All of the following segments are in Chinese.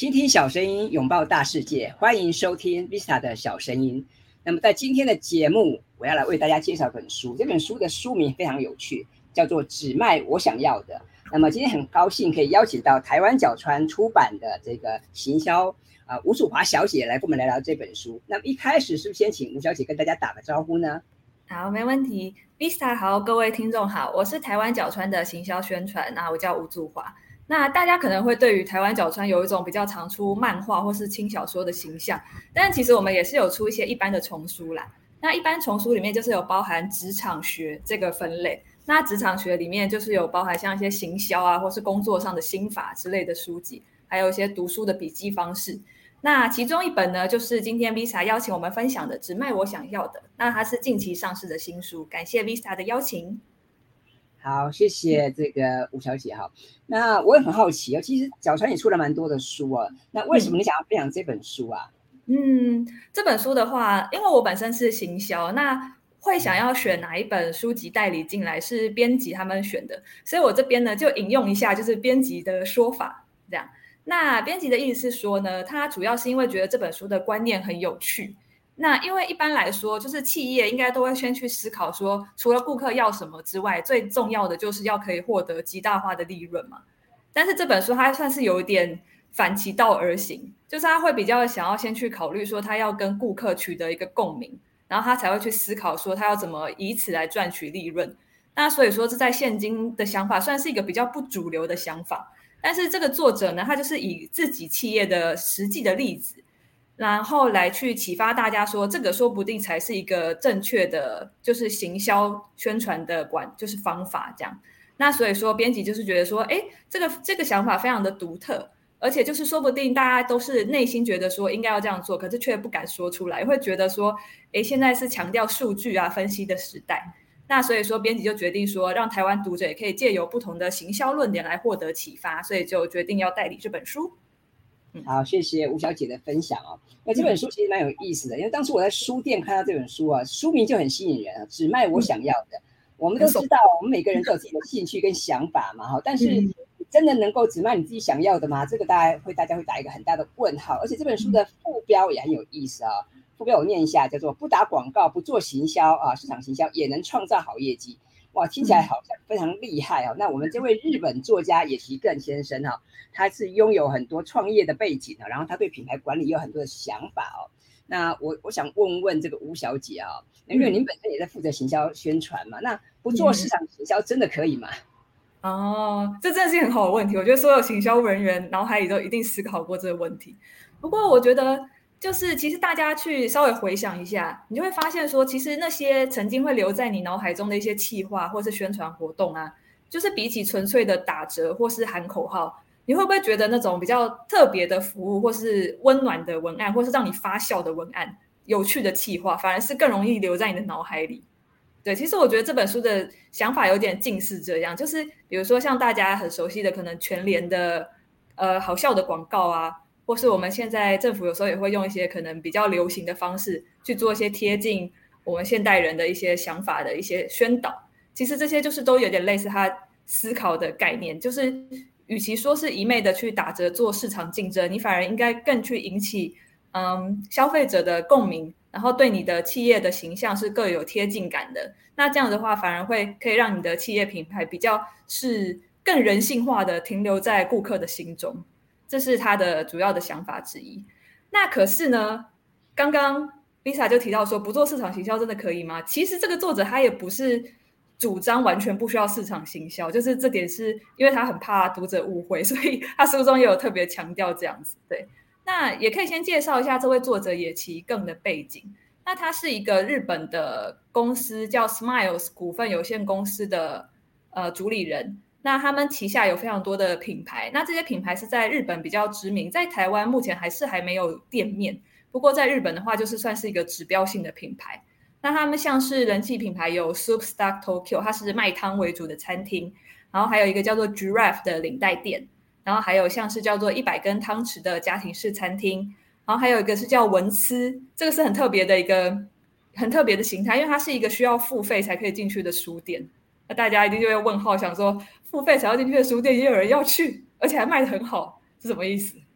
倾听小声音，拥抱大世界，欢迎收听 Vista 的小声音。那么在今天的节目，我要来为大家介绍本书。这本书的书名非常有趣，叫做《只卖我想要的》。那么今天很高兴可以邀请到台湾角川出版的这个行销吴楚华小姐来跟我们聊聊这本书。那么一开始是不是先请吴小姐跟大家打个招呼呢？ 好，没问题。Vista 好，各位听众好，我是台湾角川的行销宣传，我叫吴祝华。那大家可能会对于台湾角川有一种比较常出漫画或是轻小说的形象，但其实我们也是有出一些一般的丛书啦。那一般丛书里面就是有包含职场学这个分类，那职场学里面就是有包含像一些行销啊，或是工作上的心法之类的书籍，还有一些读书的笔记方式。那其中一本呢，就是今天 Vista 邀请我们分享的《只卖我想要的》，那它是近期上市的新书，感谢 Vista 的邀请。 好，谢谢这个吴小姐哈。那我也很好奇其实角川也出了蛮多的书那为什么你想要分享这本书啊？ 这本书的话，因为我本身是行销，那会想要选哪一本书籍代理进来是编辑他们选的，所以我这边呢就引用一下就是编辑的说法，这样。那编辑的意思是说呢，他主要是因为觉得这本书的观念很有趣。那因为一般来说，就是企业应该都会先去思考说，除了顾客要什么之外，最重要的就是要可以获得极大化的利润嘛。但是这本书它算是有一点反其道而行，就是他会比较想要先去考虑说，他要跟顾客取得一个共鸣，然后他才会去思考说，他要怎么以此来赚取利润。那所以说，这在现今的想法算是一个比较不主流的想法。但是这个作者呢，他就是以自己企业的实际的例子，然后来去启发大家说，这个说不定才是一个正确的，就是行销宣传的就是方法这样。那所以说，编辑就是觉得说，这个想法非常的独特，而且就是说不定大家都是内心觉得说应该要这样做，可是却不敢说出来，会觉得说，现在是强调数据分析的时代。那所以说，编辑就决定说，让台湾读者也可以借由不同的行销论点来获得启发，所以就决定要代理这本书。 好，谢谢吴小姐的分享那这本书其实蛮有意思的，因为当时我在书店看到这本书书名就很吸引人只卖我想要的。我们都知道，我们每个人都有自己的兴趣跟想法嘛但是真的能够只卖你自己想要的吗？这个大家会打一个很大的问号。而且这本书的副标也很有意思副标我念一下，叫做不打广告不做行销市场行销也能创造好业绩。哇，听起来好像非常厉害那我们这位日本作家野崎更先生他是拥有很多创业的背景然后他对品牌管理有很多的想法那我想问问这个吴小姐因为您本身也在负责行销宣传嘛，那不做市场行销真的可以吗？ 这真的是很好的问题，我觉得所有行销人员脑海里都一定思考过这个问题。不过我觉得就是其实大家去稍微回想一下，你就会发现说，其实那些曾经会留在你脑海中的一些企划或是宣传活动就是比起纯粹的打折或是喊口号，你会不会觉得那种比较特别的服务或是温暖的文案或是让你发笑的文案，有趣的企划反而是更容易留在你的脑海里？对，其实我觉得这本书的想法有点近似这样，就是比如说像大家很熟悉的可能全联的好笑的广告或是我们现在政府有时候也会用一些可能比较流行的方式去做一些贴近我们现代人的一些想法的一些宣导。其实这些就是都有点类似他思考的概念，就是与其说是一昧的去打折做市场竞争，你反而应该更去引起消费者的共鸣，然后对你的企业的形象是更有贴近感的。那这样的话反而可以让你的企业品牌比较是更人性化的停留在顾客的心中，这是他的主要的想法之一。那可是呢，刚刚 Lisa 就提到说不做市场行销真的可以吗？其实这个作者他也不是主张完全不需要市场行销，就是这点是因为他很怕读者误会，所以他书中也有特别强调这样子。对，那也可以先介绍一下这位作者野崎更的背景。那他是一个日本的公司叫 Smiles 股份有限公司的主理人。那他们旗下有非常多的品牌，那这些品牌是在日本比较知名，在台湾目前还没有店面，不过在日本的话就是算是一个指标性的品牌。那他们像是人气品牌有 Soup Stock Tokyo， 它是卖汤为主的餐厅，然后还有一个叫做 Giraffe 的领带店，然后还有像是叫做100根汤匙的家庭式餐厅，然后还有一个是叫文思，这个是很特别的一个很特别的形态，因为它是一个需要付费才可以进去的书店。那大家一定就会问号，想说付费才要进去的书店也有人要去，而且还卖得很好，是什么意思？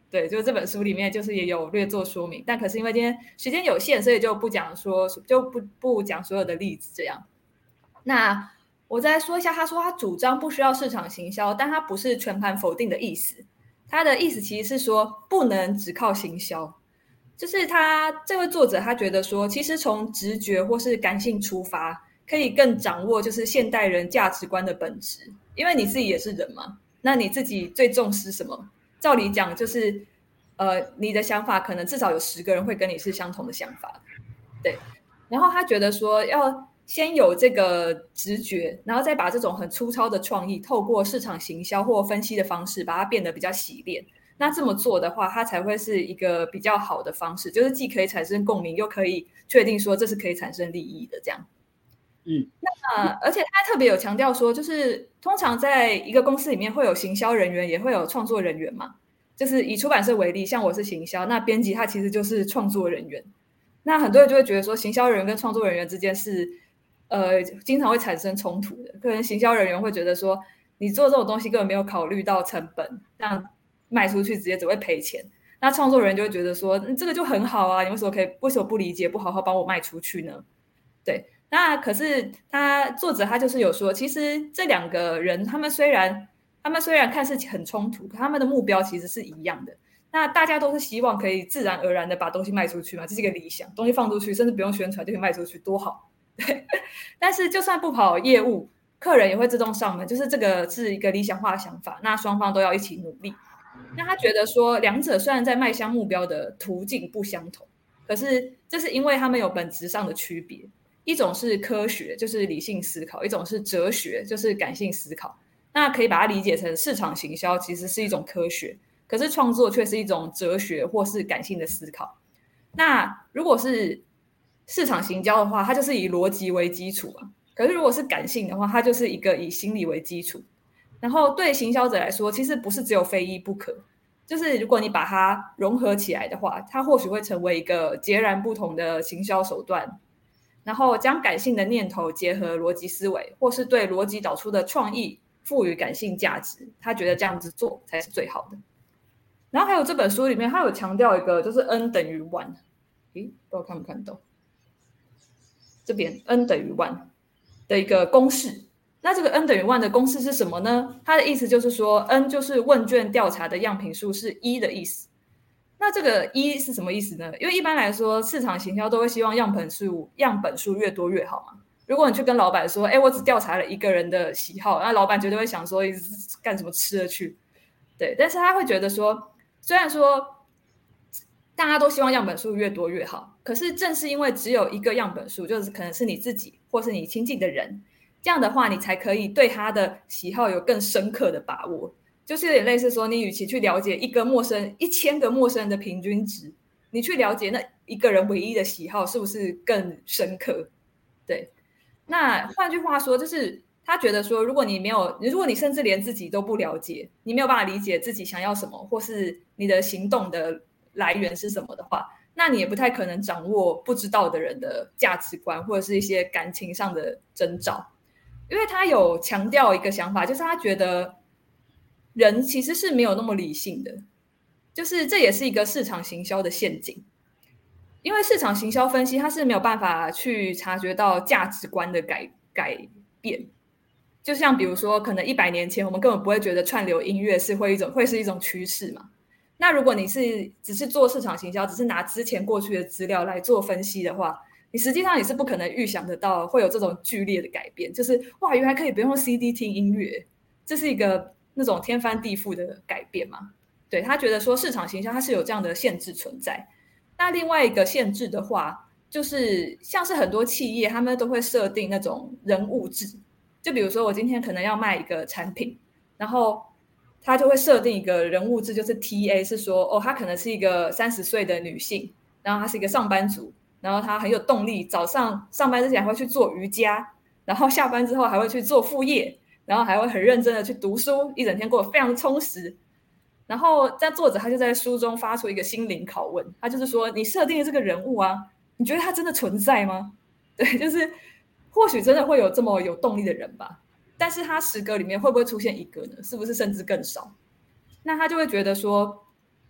对，就是这本书里面就是也有略做说明，但可是因为今天时间有限，所以就不讲所有的例子这样。那我再说一下，他说他主张不需要市场行销，但他不是全盘否定的意思。他的意思其实是说不能只靠行销，就是他这位作者他觉得说，其实从直觉或是感性出发，可以更掌握就是现代人价值观的本质。因为你自己也是人嘛，那你自己最重视什么？照理讲就是你的想法可能至少有10个人会跟你是相同的想法，对。然后他觉得说要先有这个直觉，然后再把这种很粗糙的创意透过市场行销或分析的方式把它变得比较洗练。那这么做的话，它才会是一个比较好的方式，就是既可以产生共鸣，又可以确定说这是可以产生利益的这样。那而且他特别有强调说，就是通常在一个公司里面会有行销人员，也会有创作人员嘛。就是以出版社为例，像我是行销，那编辑他其实就是创作人员。那很多人就会觉得说，行销人员跟创作人员之间是经常会产生冲突的。可能行销人员会觉得说，你做这种东西根本没有考虑到成本，这样卖出去直接只会赔钱。那创作人员就会觉得说，这个就很好啊，你为什么不理解，不好好帮我卖出去呢？对。那可是作者他就是有说，其实这两个人他们虽然看似很冲突，可他们的目标其实是一样的。那大家都是希望可以自然而然的把东西卖出去嘛，这是一个理想，东西放出去甚至不用宣传就可以卖出去，多好。对。但是就算不跑业务，客人也会自动上门，就是这个是一个理想化的想法，那双方都要一起努力。那他觉得说，两者虽然在迈向目标的途径不相同，可是这是因为他们有本质上的区别。一种是科学，就是理性思考；一种是哲学，就是感性思考。那可以把它理解成市场行销其实是一种科学，可是创作却是一种哲学或是感性的思考。那如果是市场行销的话，它就是以逻辑为基础啊。可是如果是感性的话，它就是一个以心理为基础。然后对行销者来说，其实不是只有非一不可，就是如果你把它融合起来的话，它或许会成为一个截然不同的行销手段。然后将感性的念头结合逻辑思维，或是对逻辑导出的创意赋予感性价值，他觉得这样子做才是最好的。然后还有这本书里面，他有强调一个就是 n 等于 1， 不知道看不看到这边 n 等于 1的一个公式。那这个 n 等于 1的公式是什么呢？它的意思就是说 n 就是问卷调查的样品数是1的意思。那这个1是什么意思呢？因为一般来说市场行销都会希望样本数越多越好嘛。如果你去跟老板说，我只调查了一个人的喜好，那老板绝对会想说干什么吃的去。对，但是他会觉得说，虽然说大家都希望样本数越多越好，可是正是因为只有一个样本数，就是可能是你自己或是你亲近的人，这样的话你才可以对他的喜好有更深刻的把握。就是有点类似说，你与其去了解1000个陌生人的平均值，你去了解那一个人唯一的喜好是不是更深刻？对。那换句话说，就是他觉得说，如果你甚至连自己都不了解，你没有办法理解自己想要什么，或是你的行动的来源是什么的话，那你也不太可能掌握不知道的人的价值观，或者是一些感情上的征兆。因为他有强调一个想法，就是他觉得人其实是没有那么理性的，就是这也是一个市场行销的陷阱。因为市场行销分析它是没有办法去察觉到价值观的改变，就像比如说可能100年前我们根本不会觉得串流音乐会是一种趋势嘛。那如果你只是做市场行销，只是拿之前过去的资料来做分析的话，你实际上也是不可能预想得到会有这种剧烈的改变，就是哇，原来可以不用 CD 听音乐，这是一个那种天翻地覆的改变嘛。对，他觉得说市场行销它是有这样的限制存在。那另外一个限制的话，就是像是很多企业他们都会设定那种人物志，就比如说我今天可能要卖一个产品，然后他就会设定一个人物志，就是 TA 是说她可能是一个30岁的女性，然后她是一个上班族，然后她很有动力，早上上班之前还会去做瑜伽，然后下班之后还会去做副业，然后还会很认真的去读书，一整天过得非常充实。然后在作者他就在书中发出一个心灵拷问，他就是说你设定的这个人物啊，你觉得他真的存在吗？对，就是或许真的会有这么有动力的人吧，但是他10个里面会不会出现1个呢？是不是甚至更少？那他就会觉得说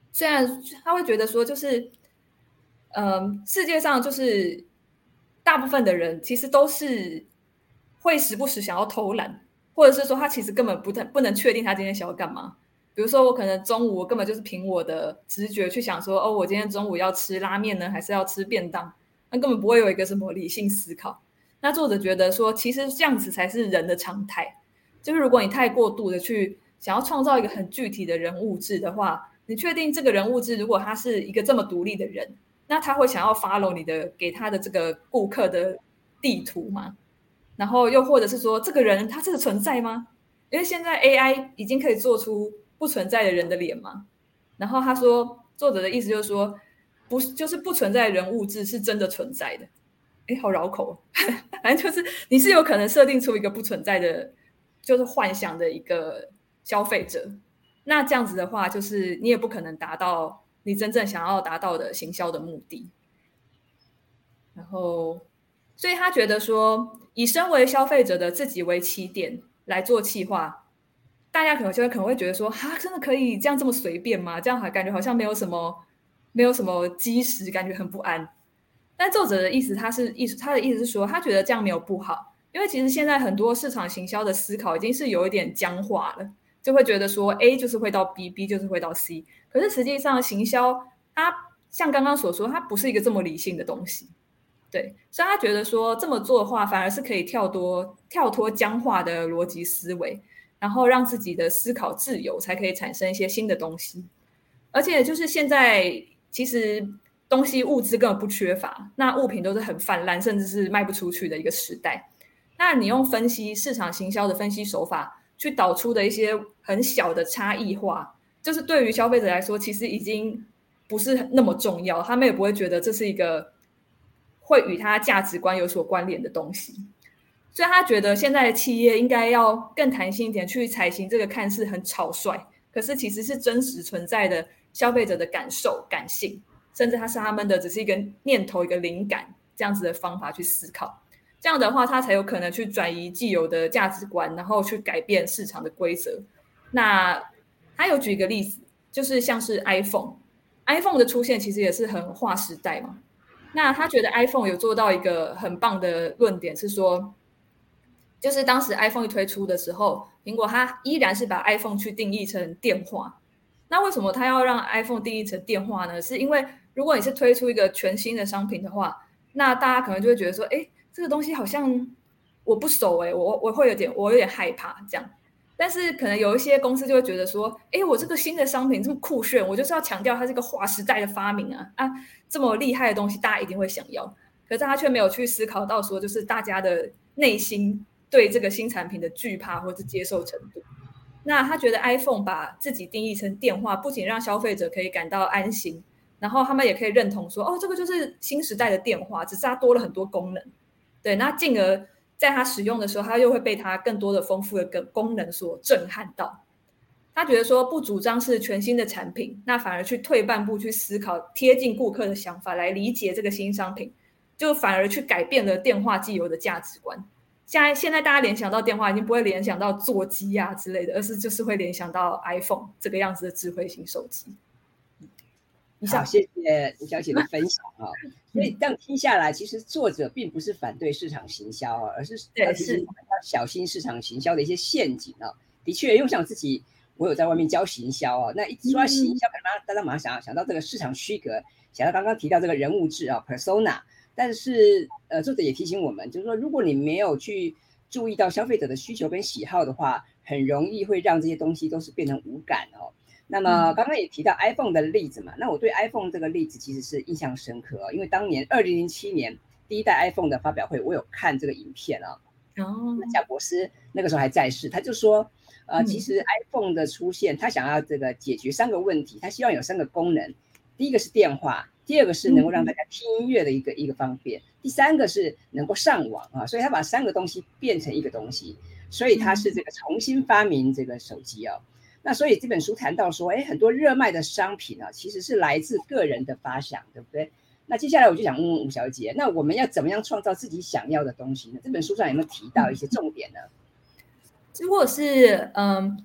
虽然他会觉得说，就是世界上就是大部分的人其实都是会时不时想要偷懒，或者是说他其实根本不能确定他今天想要干嘛。比如说我可能中午我根本就是凭我的直觉去想说，哦，我今天中午要吃拉面呢，还是要吃便当？那根本不会有一个什么理性思考。那作者觉得说，其实这样子才是人的常态。就是如果你太过度的去想要创造一个很具体的人物志的话，你确定这个人物志如果他是一个这么独立的人，那他会想要 follow 你的给他的这个顾客的地图吗？然后又或者是说，这个人他这个存在吗？因为现在 AI 已经可以做出不存在的人的脸嘛。然后他说，作者的意思就是说，不是就是不存在的人物志是真的存在的。哎，好绕口，反正就是你是有可能设定出一个不存在的，就是幻想的一个消费者。那这样子的话，就是你也不可能达到你真正想要达到的行销的目的。然后，所以他觉得说，以身为消费者的自己为起点来做企划，大家可能会觉得说，哈，真的可以这样这么随便吗？这样还感觉好像没有什么基石，感觉很不安。但作者的意思，他的意思是说，他觉得这样没有不好，因为其实现在很多市场行销的思考已经是有一点僵化了，就会觉得说 A 就是会到 B，B 就是会到 C，可是实际上行销它像刚刚所说，它不是一个这么理性的东西。对，所以他觉得说这么做的话，反而是可以跳脱僵化的逻辑思维，然后让自己的思考自由，才可以产生一些新的东西。而且就是现在其实东西物资根本不缺乏，那物品都是很泛滥，甚至是卖不出去的一个时代。那你用分析市场行销的分析手法去导出的一些很小的差异化，就是对于消费者来说，其实已经不是那么重要，他们也不会觉得这是一个会与他价值观有所关联的东西。所以他觉得现在的企业应该要更弹性一点，去采行这个看似很草率，可是其实是真实存在的消费者的感受、感性，甚至它是他们的只是一个念头、一个灵感这样子的方法去思考。这样的话，他才有可能去转移既有的价值观，然后去改变市场的规则。那他有举一个例子，就是像是 iPhone 的出现，其实也是很划时代嘛。那他觉得 iPhone 有做到一个很棒的论点，是说，就是当时 iPhone 一推出的时候，苹果它依然是把 iPhone 去定义成电话。那为什么它要让 iPhone 定义成电话呢？是因为如果你是推出一个全新的商品的话，那大家可能就会觉得说，哎，这个东西好像我不熟，我有点害怕这样。但是可能有一些公司就会觉得说，哎，我这个新的商品这么酷炫，我就是要强调它是一个划时代的发明啊，这么厉害的东西大家一定会想要。可是他却没有去思考到说，就是大家的内心对这个新产品的惧怕或是接受程度。那他觉得 iPhone 把自己定义成电话，不仅让消费者可以感到安心，然后他们也可以认同说，哦，这个就是新时代的电话，只是它多了很多功能。对，那进而在他使用的时候，他又会被他更多的丰富的功能所震撼到。他觉得说不主张是全新的产品，那反而去退半步去思考贴近顾客的想法来理解这个新商品，就反而去改变了电话既有的价值观。现在大家联想到电话已经不会联想到座机啊之类的，而是就是会联想到 iPhone 这个样子的智慧型手机。 好，谢谢吴小姐的分享啊。所以这样听下来，其实作者并不是反对市场行销啊，而是要提醒我们要小心市场行销的一些陷阱啊。的确，因为像自己，我有在外面教行销啊，那一说到行销，可能大家马上想到这个市场区隔，想到刚刚提到这个人物志啊 ，persona。但是作者也提醒我们，就是说，如果你没有去注意到消费者的需求跟喜好的话，很容易会让这些东西都是变成无感哦。那么刚刚也提到 iPhone 的例子嘛，那我对 iPhone 这个例子其实是印象深刻哦，因为当年2007年第一代 iPhone 的发表会，我有看这个影片啊。那贾博士那个时候还在世，他就说，其实 iPhone 的出现，他想要这个解决3个问题，他希望有3个功能，第一个是电话，第二个是能够让大家听音乐的一个方便，第3个是能够上网啊，所以他把3个东西变成一个东西，所以他是这个重新发明这个手机哦。那所以这本书谈到说，很多热卖的商品啊，其实是来自个人的发想，对不对？那接下来我就想问问吴小姐，那我们要怎么样创造自己想要的东西呢？这本书上有没有提到一些重点呢？ 如果是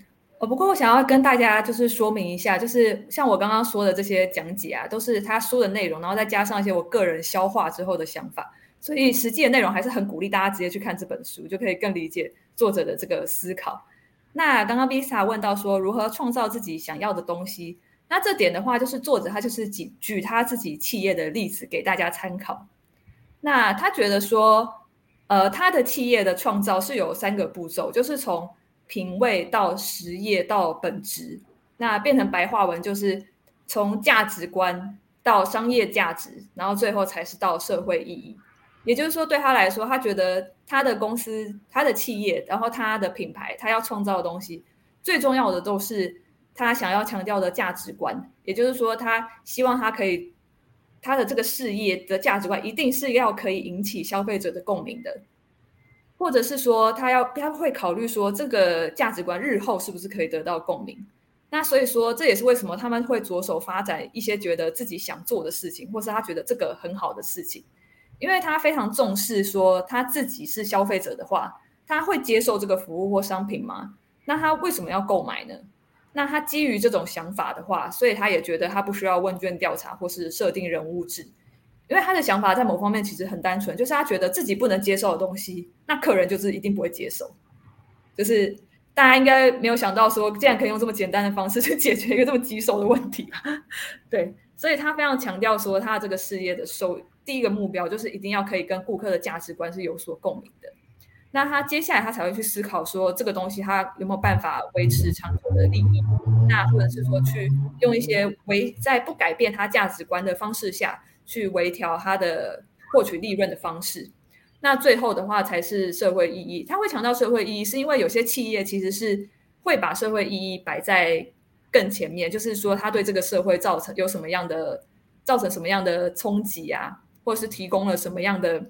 不过我想要跟大家就是说明一下，就是像我刚刚说的这些讲解啊，都是他书的内容，然后再加上一些我个人消化之后的想法，所以实际的内容还是很鼓励大家直接去看这本书，就可以更理解作者的这个思考。那刚刚 Visa 问到说如何创造自己想要的东西，那这点的话，就是作者他就是举他自己企业的例子给大家参考。那他觉得说，他的企业的创造是有3个步骤，就是从品味到实业到本质。那变成白话文就是从价值观到商业价值，然后最后才是到社会意义。也就是说，对他来说，他觉得他的公司、他的企业，然后他的品牌，他要创造的东西，最重要的都是他想要强调的价值观。也就是说，他希望他可以，他的这个事业的价值观一定是要可以引起消费者的共鸣的，或者是说他会考虑说这个价值观日后是不是可以得到共鸣。那所以说，这也是为什么他们会着手发展一些觉得自己想做的事情，或是他觉得这个很好的事情。因为他非常重视说他自己是消费者的话，他会接受这个服务或商品吗？那他为什么要购买呢？那他基于这种想法的话，所以他也觉得他不需要问卷调查或是设定人物志。因为他的想法在某方面其实很单纯，就是他觉得自己不能接受的东西，那客人就是一定不会接受。就是大家应该没有想到说，竟然可以用这么简单的方式去解决一个这么棘手的问题。对，所以他非常强调说，他这个事业的第一个目标就是一定要可以跟顾客的价值观是有所共鸣的。那他接下来他才会去思考说，这个东西他有没有办法维持长久的利益，那或者是说去用一些在不改变他价值观的方式下去微调他的获取利润的方式。那最后的话才是社会意义。他会强调社会意义，是因为有些企业其实是会把社会意义摆在更前面，就是说他对这个社会造成什么样的冲击啊，或者是提供了什么样的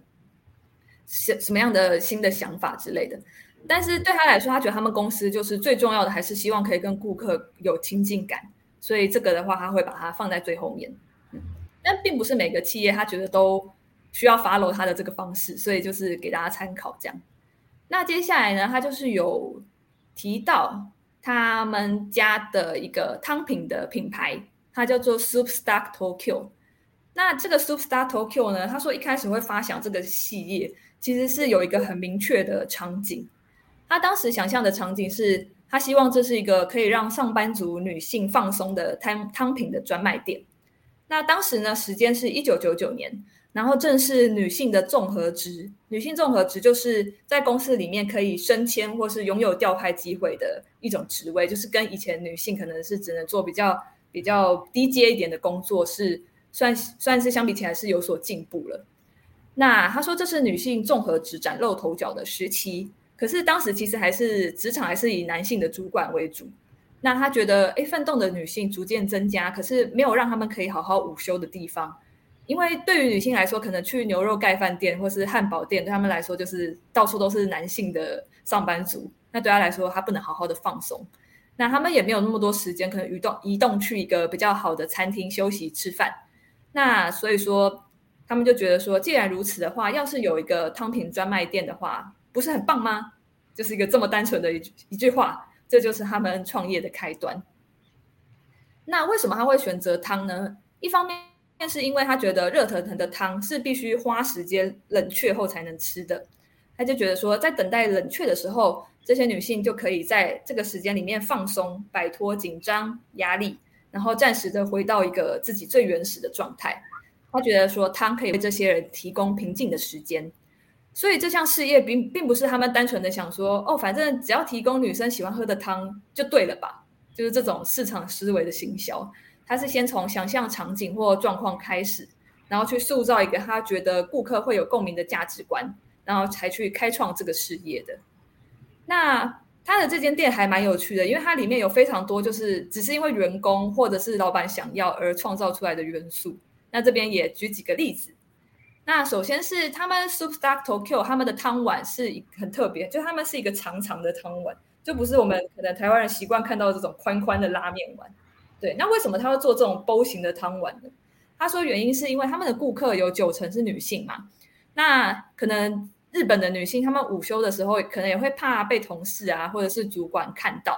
新的想法之类的。但是对他来说，他觉得他们公司就是最重要的还是希望可以跟顾客有亲近感，所以这个的话他会把它放在最后面。但并不是每个企业他觉得都需要 follow 他的这个方式，所以就是给大家参考这样。那接下来呢，他就是有提到他们家的一个汤品的品牌，它叫做 Soup Stock Tokyo。那这个 Soup Stock Tokyo 呢，他说一开始会发想这个系列，其实是有一个很明确的场景。他当时想象的场景是，他希望这是一个可以让上班族女性放松的汤品的专卖店。那当时呢，时间是1999年，然后正是女性的综合职。女性综合职就是在公司里面可以升迁或是拥有调派机会的一种职位，就是跟以前女性可能是只能做比较低阶一点的工作，是算是相比起来是有所进步了。那他说这是女性综合职崭露头角的时期，可是当时其实职场还是以男性的主管为主。那他觉得奋斗的女性逐渐增加，可是没有让他们可以好好午休的地方。因为对于女性来说，可能去牛肉盖饭店或是汉堡店，对他们来说就是到处都是男性的上班族，那对他来说他不能好好的放松。那他们也没有那么多时间可能移动去一个比较好的餐厅休息吃饭。那所以说他们就觉得说，既然如此的话，要是有一个汤品专卖店的话，不是很棒吗？就是一个这么单纯的一句话，这就是他们创业的开端。那为什么他会选择汤呢？一方面是因为他觉得热腾腾的汤是必须花时间冷却后才能吃的，他就觉得说在等待冷却的时候，这些女性就可以在这个时间里面放松，摆脱紧张压力，然后暂时的回到一个自己最原始的状态。他觉得说汤可以为这些人提供平静的时间，所以这项事业并不是他们单纯的想说反正只要提供女生喜欢喝的汤就对了吧，就是这种市场思维的行销。他是先从想象场景或状况开始，然后去塑造一个他觉得顾客会有共鸣的价值观，然后才去开创这个事业的。那他的这间店还蛮有趣的，因为它里面有非常多就是只是因为员工或者是老板想要而创造出来的元素。那这边也举几个例子。那首先是他们 Soup Stock Tokyo 他们的汤碗是很特别，就他们是一个长长的汤碗，就不是我们可能台湾人习惯看到这种宽宽的拉面碗。对，那为什么他会做这种煲型的汤碗呢？他说原因是因为他们的顾客有90%是女性嘛，那可能日本的女性她们午休的时候可能也会怕被同事啊或者是主管看到，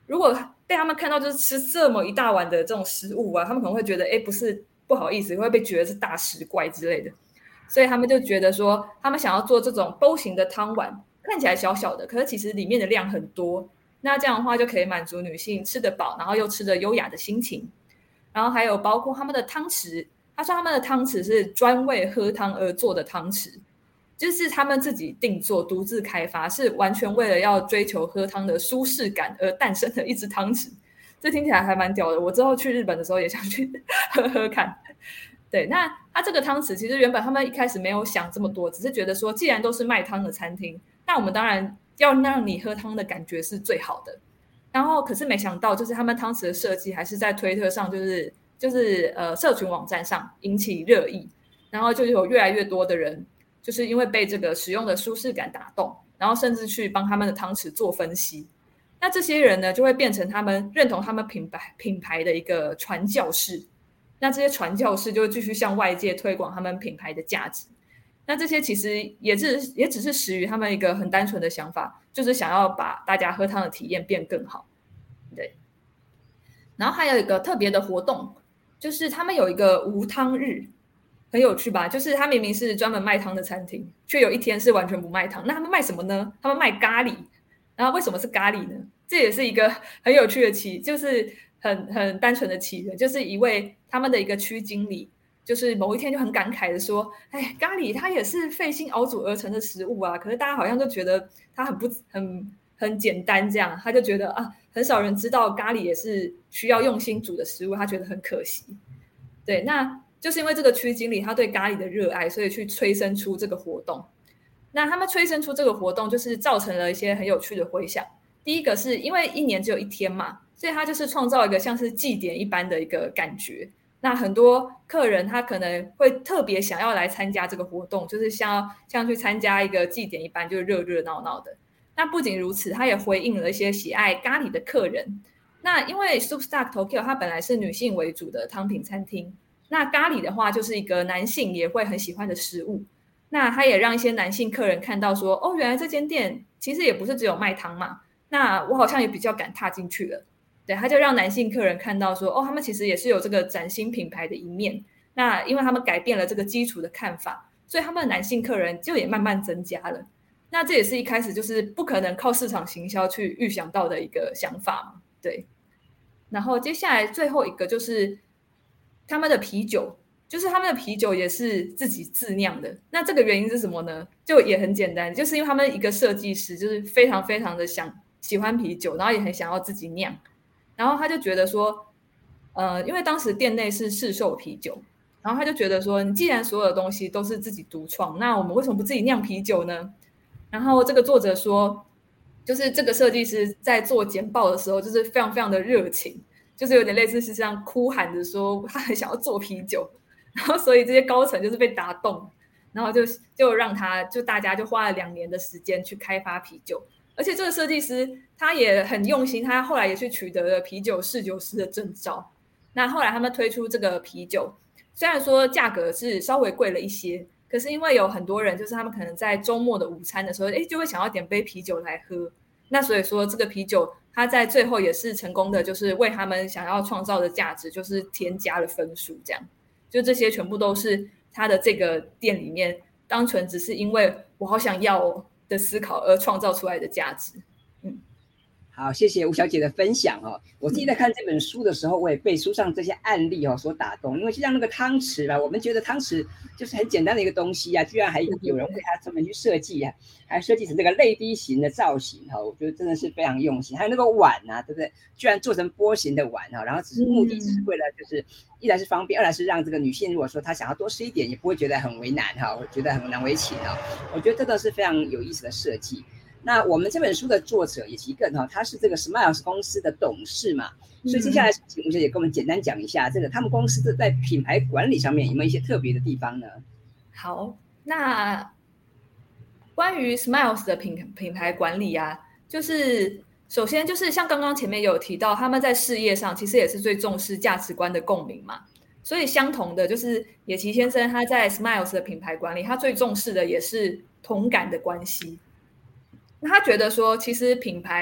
如果被他们看到就是吃这么一大碗的这种食物啊，他们可能会觉得不是不好意思，会被觉得是大食怪之类的。所以他们就觉得说，他们想要做这种煲型的汤碗，看起来小小的，可是其实里面的量很多。那这样的话就可以满足女性吃得饱，然后又吃得优雅的心情。然后还有包括他们的汤匙，他说他们的汤匙是专为喝汤而做的汤匙，就是他们自己定做、独自开发，是完全为了要追求喝汤的舒适感而诞生的一只汤匙。这听起来还蛮屌的，我之后去日本的时候也想去喝喝看。对，那它这个汤匙其实原本他们一开始没有想这么多，只是觉得说，既然都是卖汤的餐厅，那我们当然要让你喝汤的感觉是最好的。然后可是没想到，就是他们汤匙的设计还是在推特上，就是社群网站上引起热议，然后就有越来越多的人就是因为被这个使用的舒适感打动，然后甚至去帮他们的汤匙做分析。那这些人呢，就会变成他们认同他们品牌的一个传教士。那这些传教士就会继续向外界推广他们品牌的价值。那这些其实也只是始于他们一个很单纯的想法，就是想要把大家喝汤的体验变更好。对，然后还有一个特别的活动，就是他们有一个无汤日，很有趣吧？就是他明明是专门卖汤的餐厅，却有一天是完全不卖汤。那他们卖什么呢？他们卖咖喱。然后为什么是咖喱呢？这也是一个很有趣的就是很单纯的起源，就是一位他们的一个区经理，就是某一天就很感慨的说：“哎，咖喱它也是费心熬煮而成的食物啊，可是大家好像都觉得它很简单，这样他就觉得啊，很少人知道咖喱也是需要用心煮的食物，他觉得很可惜。对，那就是因为这个区经理他对咖喱的热爱，所以去催生出这个活动。那他们催生出这个活动，就是造成了一些很有趣的回响。第一个是因为一年只有一天嘛，所以他就是创造一个像是祭典一般的一个感觉。那很多客人他可能会特别想要来参加这个活动，就是像去参加一个祭典一般，就是热热闹闹的。那不仅如此，他也回应了一些喜爱咖喱的客人。那因为 Soupstack Tokyo 它本来是女性为主的汤品餐厅，那咖喱的话就是一个男性也会很喜欢的食物。那他也让一些男性客人看到说，哦，原来这间店其实也不是只有卖汤嘛，那我好像也比较敢踏进去了。对，他就让男性客人看到说，哦，他们其实也是有这个崭新品牌的一面。那因为他们改变了这个基础的看法，所以他们的男性客人就也慢慢增加了。那这也是一开始就是不可能靠市场行销去预想到的一个想法嘛。对，然后接下来最后一个就是他们的啤酒，就是他们的啤酒也是自己自酿的。那这个原因是什么呢？就也很简单，就是因为他们一个设计师就是非常非常的喜欢啤酒，然后也很想要自己酿。然后他就觉得说，因为当时店内是市售啤酒，然后他就觉得说，你既然所有的东西都是自己独创，那我们为什么不自己酿啤酒呢？然后这个作者说，就是这个设计师在做简报的时候，就是非常非常的热情，就是有点类似是这样哭喊着说他很想要做啤酒，然后所以这些高层就是被打动，然后就让他就大家就花了2年的时间去开发啤酒。而且这个设计师他也很用心，他后来也去取得了啤酒侍酒师的证照。那后来他们推出这个啤酒，虽然说价格是稍微贵了一些，可是因为有很多人就是他们可能在周末的午餐的时候，就会想要点杯啤酒来喝。那所以说这个啤酒它在最后也是成功的，就是为他们想要创造的价值就是添加了分数，这样就这些全部都是他的这个店里面单纯只是因为我好想要的思考而创造出来的价值。 好，谢谢吴小姐的分享哦。我自己在看这本书的时候，我也被书上这些案例所打动。因为就像那个汤匙啦，我们觉得汤匙就是很简单的一个东西啊，居然还有人为它专门去设计啊，还设计成这个泪滴形的造型我觉得真的是非常用心。还有那个碗啊，对不对？居然做成波形的碗然后只是目的只是为了就是一来是方便，二来是让这个女性如果说她想要多吃一点，也不会觉得很为难我觉得很难为情我觉得这个是非常有意思的设计。那我们这本书的作者也是一个他是这个 Smiles 公司的董事嘛，所以接下来请吴小姐跟我们简单讲一下这个他们公司在品牌管理上面有没有一些特别的地方呢？ 好，那关于 Smiles 的品牌管理啊，就是首先就是像刚刚前面有提到，他们在事业上其实也是最重视价值观的共鸣嘛，所以相同的就是野崎先生他在 Smiles 的品牌管理，他最重视的也是同感的关系。那他觉得说，其实品牌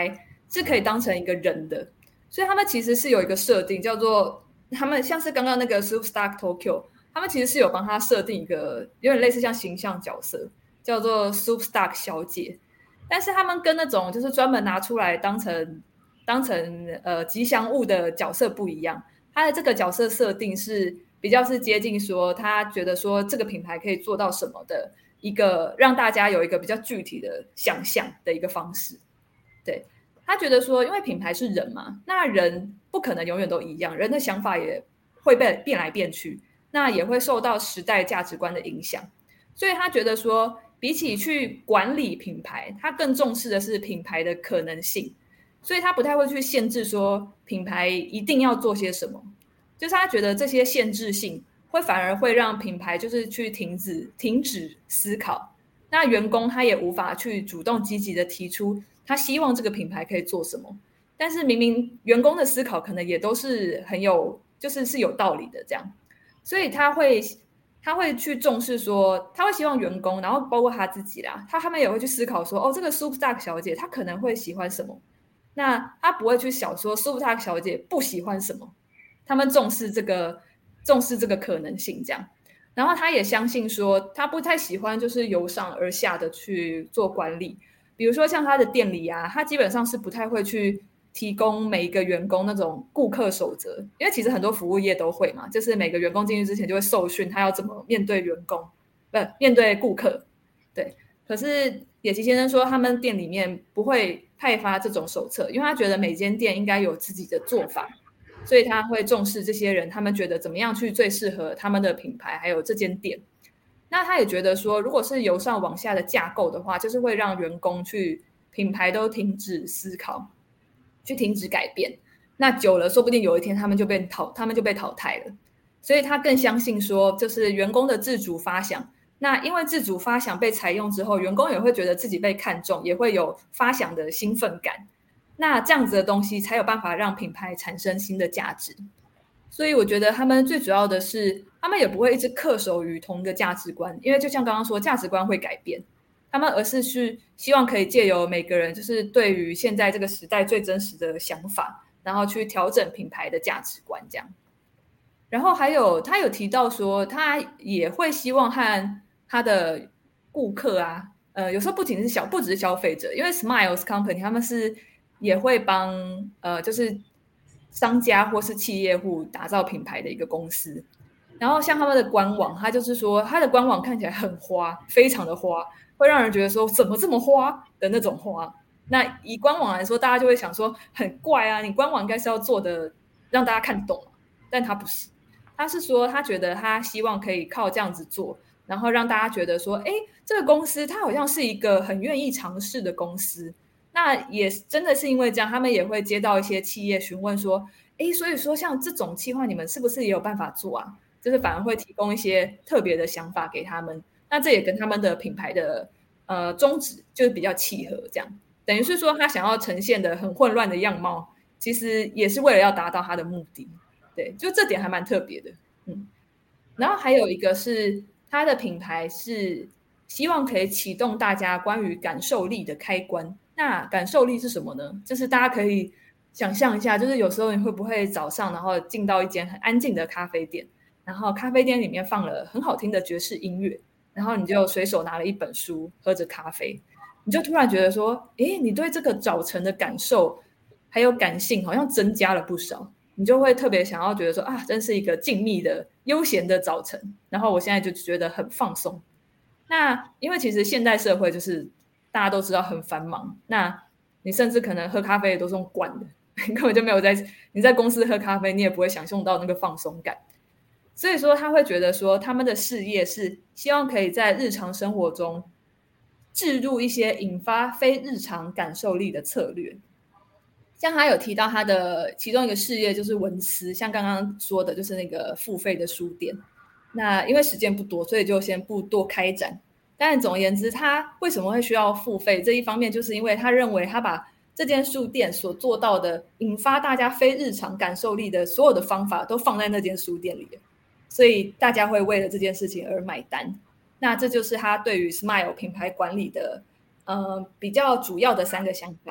是可以当成一个人的，所以他们其实是有一个设定叫做，他们像是刚刚那个 Superstar Tokyo， 他们其实是有帮他设定一个有点类似像形象角色，叫做 Superstar 小姐，但是他们跟那种就是专门拿出来当成吉祥物的角色不一样，他的这个角色设定是比较是接近说他觉得说这个品牌可以做到什么的一个让大家有一个比较具体的想象的一个方式。对，他觉得说因为品牌是人嘛，那人不可能永远都一样，人的想法也会被变来变去，那也会受到时代价值观的影响，所以他觉得说比起去管理品牌，他更重视的是品牌的可能性，所以他不太会去限制说品牌一定要做些什么，就是他觉得这些限制性反而会让品牌就是去停止思考，那员工他也无法去主动积极的提出他希望这个品牌可以做什么，但是明明员工的思考可能也都是很有是有道理的这样，所以他会去重视说，他会希望员工，然后包括他自己啦，他们也会去思考说，哦，这个 Superstar 小姐她可能会喜欢什么，那他不会去想说 Superstar 小姐不喜欢什么，他们重视这个可能性这样。然后他也相信说，他不太喜欢就是由上而下的去做管理，比如说像他的店里啊，他基本上是不太会去提供每一个员工那种顾客守则，因为其实很多服务业都会嘛，就是每个员工进去之前就会受训，他要怎么面对员工，面对顾客。对，可是野崎先生说，他们店里面不会派发这种手册，因为他觉得每间店应该有自己的做法，所以他会重视这些人，他们觉得怎么样去最适合他们的品牌，还有这间店。那他也觉得说，如果是由上往下的架构的话，就是会让员工去品牌都停止思考，去停止改变。那久了，说不定有一天他们就被淘汰了。所以他更相信说，就是员工的自主发想。那因为自主发想被采用之后，员工也会觉得自己被看重，也会有发想的兴奋感。那这样子的东西才有办法让品牌产生新的价值。所以我觉得他们最主要的是，他们也不会一直恪守于同一个价值观，因为就像刚刚说，价值观会改变，他们而是去希望可以借由每个人就是对于现在这个时代最真实的想法，然后去调整品牌的价值观这样。然后还有他有提到说，他也会希望和他的顾客啊，有时候不只是消费者，因为 Smiles Company 他们是也会帮就是商家或是企业户打造品牌的一个公司。然后像他们的官网，他就是说他的官网看起来很花，非常的花，会让人觉得说怎么这么花的那种花。那以官网来说，大家就会想说很怪啊，你官网应该是要做的让大家看懂，但他不是。他是说他觉得他希望可以靠这样子做，然后让大家觉得说，哎，这个公司它好像是一个很愿意尝试的公司。那也真的是因为这样，他们也会接到一些企业询问说，哎，所以说像这种企划，你们是不是也有办法做啊？就是反而会提供一些特别的想法给他们。那这也跟他们的品牌的宗旨就是比较契合，这样等于是说他想要呈现的很混乱的样貌，其实也是为了要达到他的目的。对，就这点还蛮特别的。然后还有一个是它的品牌是希望可以启动大家关于感受力的开关。那感受力是什么呢？就是大家可以想象一下，就是有时候你会不会早上然后进到一间很安静的咖啡店，然后咖啡店里面放了很好听的爵士音乐，然后你就随手拿了一本书喝着咖啡，你就突然觉得说，诶，你对这个早晨的感受还有感性好像增加了不少，你就会特别想要觉得说啊，真是一个静谧的悠闲的早晨，然后我现在就觉得很放松。那因为其实现代社会就是大家都知道很繁忙，那你甚至可能喝咖啡都是用灌的，你根本就没有你在公司喝咖啡，你也不会享受到那个放松感。所以说他会觉得说他们的事业是希望可以在日常生活中置入一些引发非日常感受力的策略。像他有提到他的其中一个事业就是文思，像刚刚说的就是那个付费的书店。那因为时间不多，所以就先不多开展。但总而言之，他为什么会需要付费？这一方面就是因为他认为他把这间书店所做到的引发大家非日常感受力的所有的方法都放在那间书店里了，所以大家会为了这件事情而买单。那这就是他对于 Smile 品牌管理的比较主要的3个想法。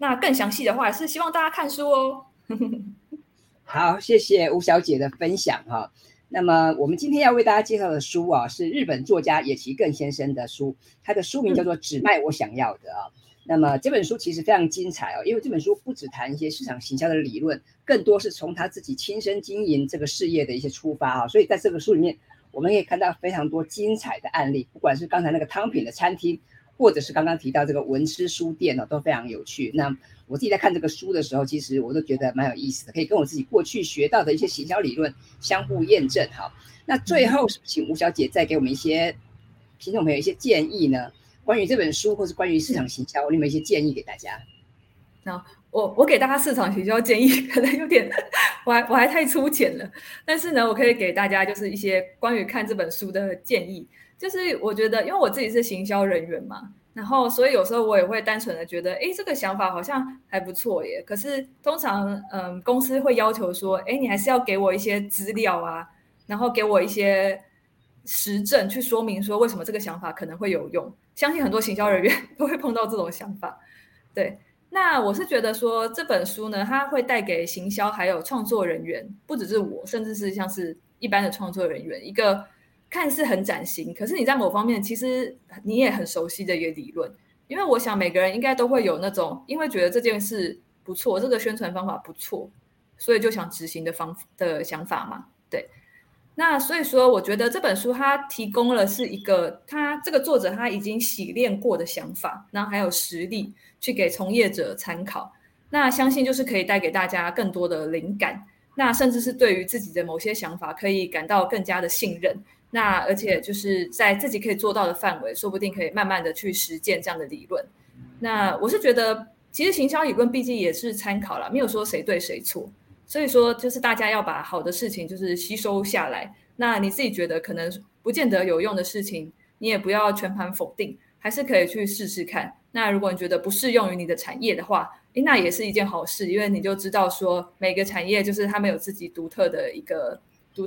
那更详细的话，也是希望大家看书哦。 好，谢谢吴小姐的分享哈。那么我们今天要为大家介绍的书啊，是日本作家野崎更先生的书，他的书名叫做《只卖我想要的》啊。那么这本书其实非常精彩哦，因为这本书不只谈一些市场行销的理论，更多是从他自己亲身经营这个事业的一些出发啊。所以在这个书里面，我们可以看到非常多精彩的案例，不管是刚才那个汤品的餐厅，或者是刚刚提到这个文吃书店哦，都非常有趣。那我自己在看这个书的时候，其实我都觉得蛮有意思的，可以跟我自己过去学到的一些行销理论相互验证。好，那最后请吴小姐再给我们一些听众朋友一些建议呢？关于这本书，或是关于市场行销，你有没有一些建议给大家？ 我给大家市场行销建议可能有点，我还太粗浅了。但是呢，我可以给大家就是一些关于看这本书的建议。就是我觉得，因为我自己是行销人员嘛，然后所以有时候我也会单纯的觉得，这个想法好像还不错耶。可是通常，公司会要求说，你还是要给我一些资料啊，然后给我一些实证去说明说为什么这个想法可能会有用。相信很多行销人员都会碰到这种想法，对。那我是觉得说这本书呢，它会带给行销还有创作人员，不只是我，甚至是像是一般的创作人员，一个看似很崭新，可是你在某方面其实你也很熟悉的一个理论。因为我想每个人应该都会有那种，因为觉得这件事不错，这个宣传方法不错，所以就想执行的想法嘛，对。那所以说，我觉得这本书它提供了是一个他这个作者他已经洗练过的想法，然后还有实例去给从业者参考。那相信就是可以带给大家更多的灵感，那甚至是对于自己的某些想法可以感到更加的信任。那而且就是在自己可以做到的范围，说不定可以慢慢的去实践这样的理论。那我是觉得，其实行销理论毕竟也是参考啦，没有说谁对谁错。所以说，就是大家要把好的事情就是吸收下来。那你自己觉得可能不见得有用的事情，你也不要全盘否定，还是可以去试试看。那如果你觉得不适用于你的产业的话，那也是一件好事，因为你就知道说每个产业就是他们有自己独特的一个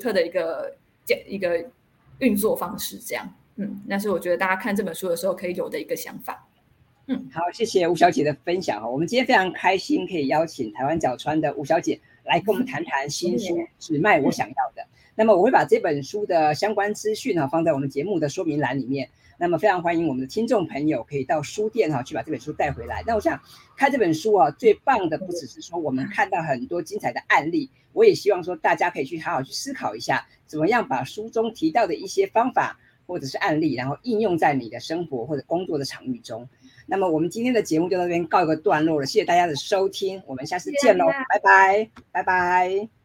运作方式，这样。那是我觉得大家看这本书的时候可以有的一个想法。 好，谢谢吴小姐的分享。我们今天非常开心可以邀请台湾角川的吴小姐来跟我们谈谈新书《只卖我想要的》。那么我会把这本书的相关资讯放在我们节目的说明栏里面。那么非常欢迎我们的听众朋友可以到书店去把这本书带回来。那我想看这本书最棒的不只是说我们看到很多精彩的案例，我也希望说大家可以去好好去思考一下，怎么样把书中提到的一些方法或者是案例，然后应用在你的生活或者工作的场域中。那么我们今天的节目就到这边告一个段落了，谢谢大家的收听，我们下次见喽，拜拜，拜拜。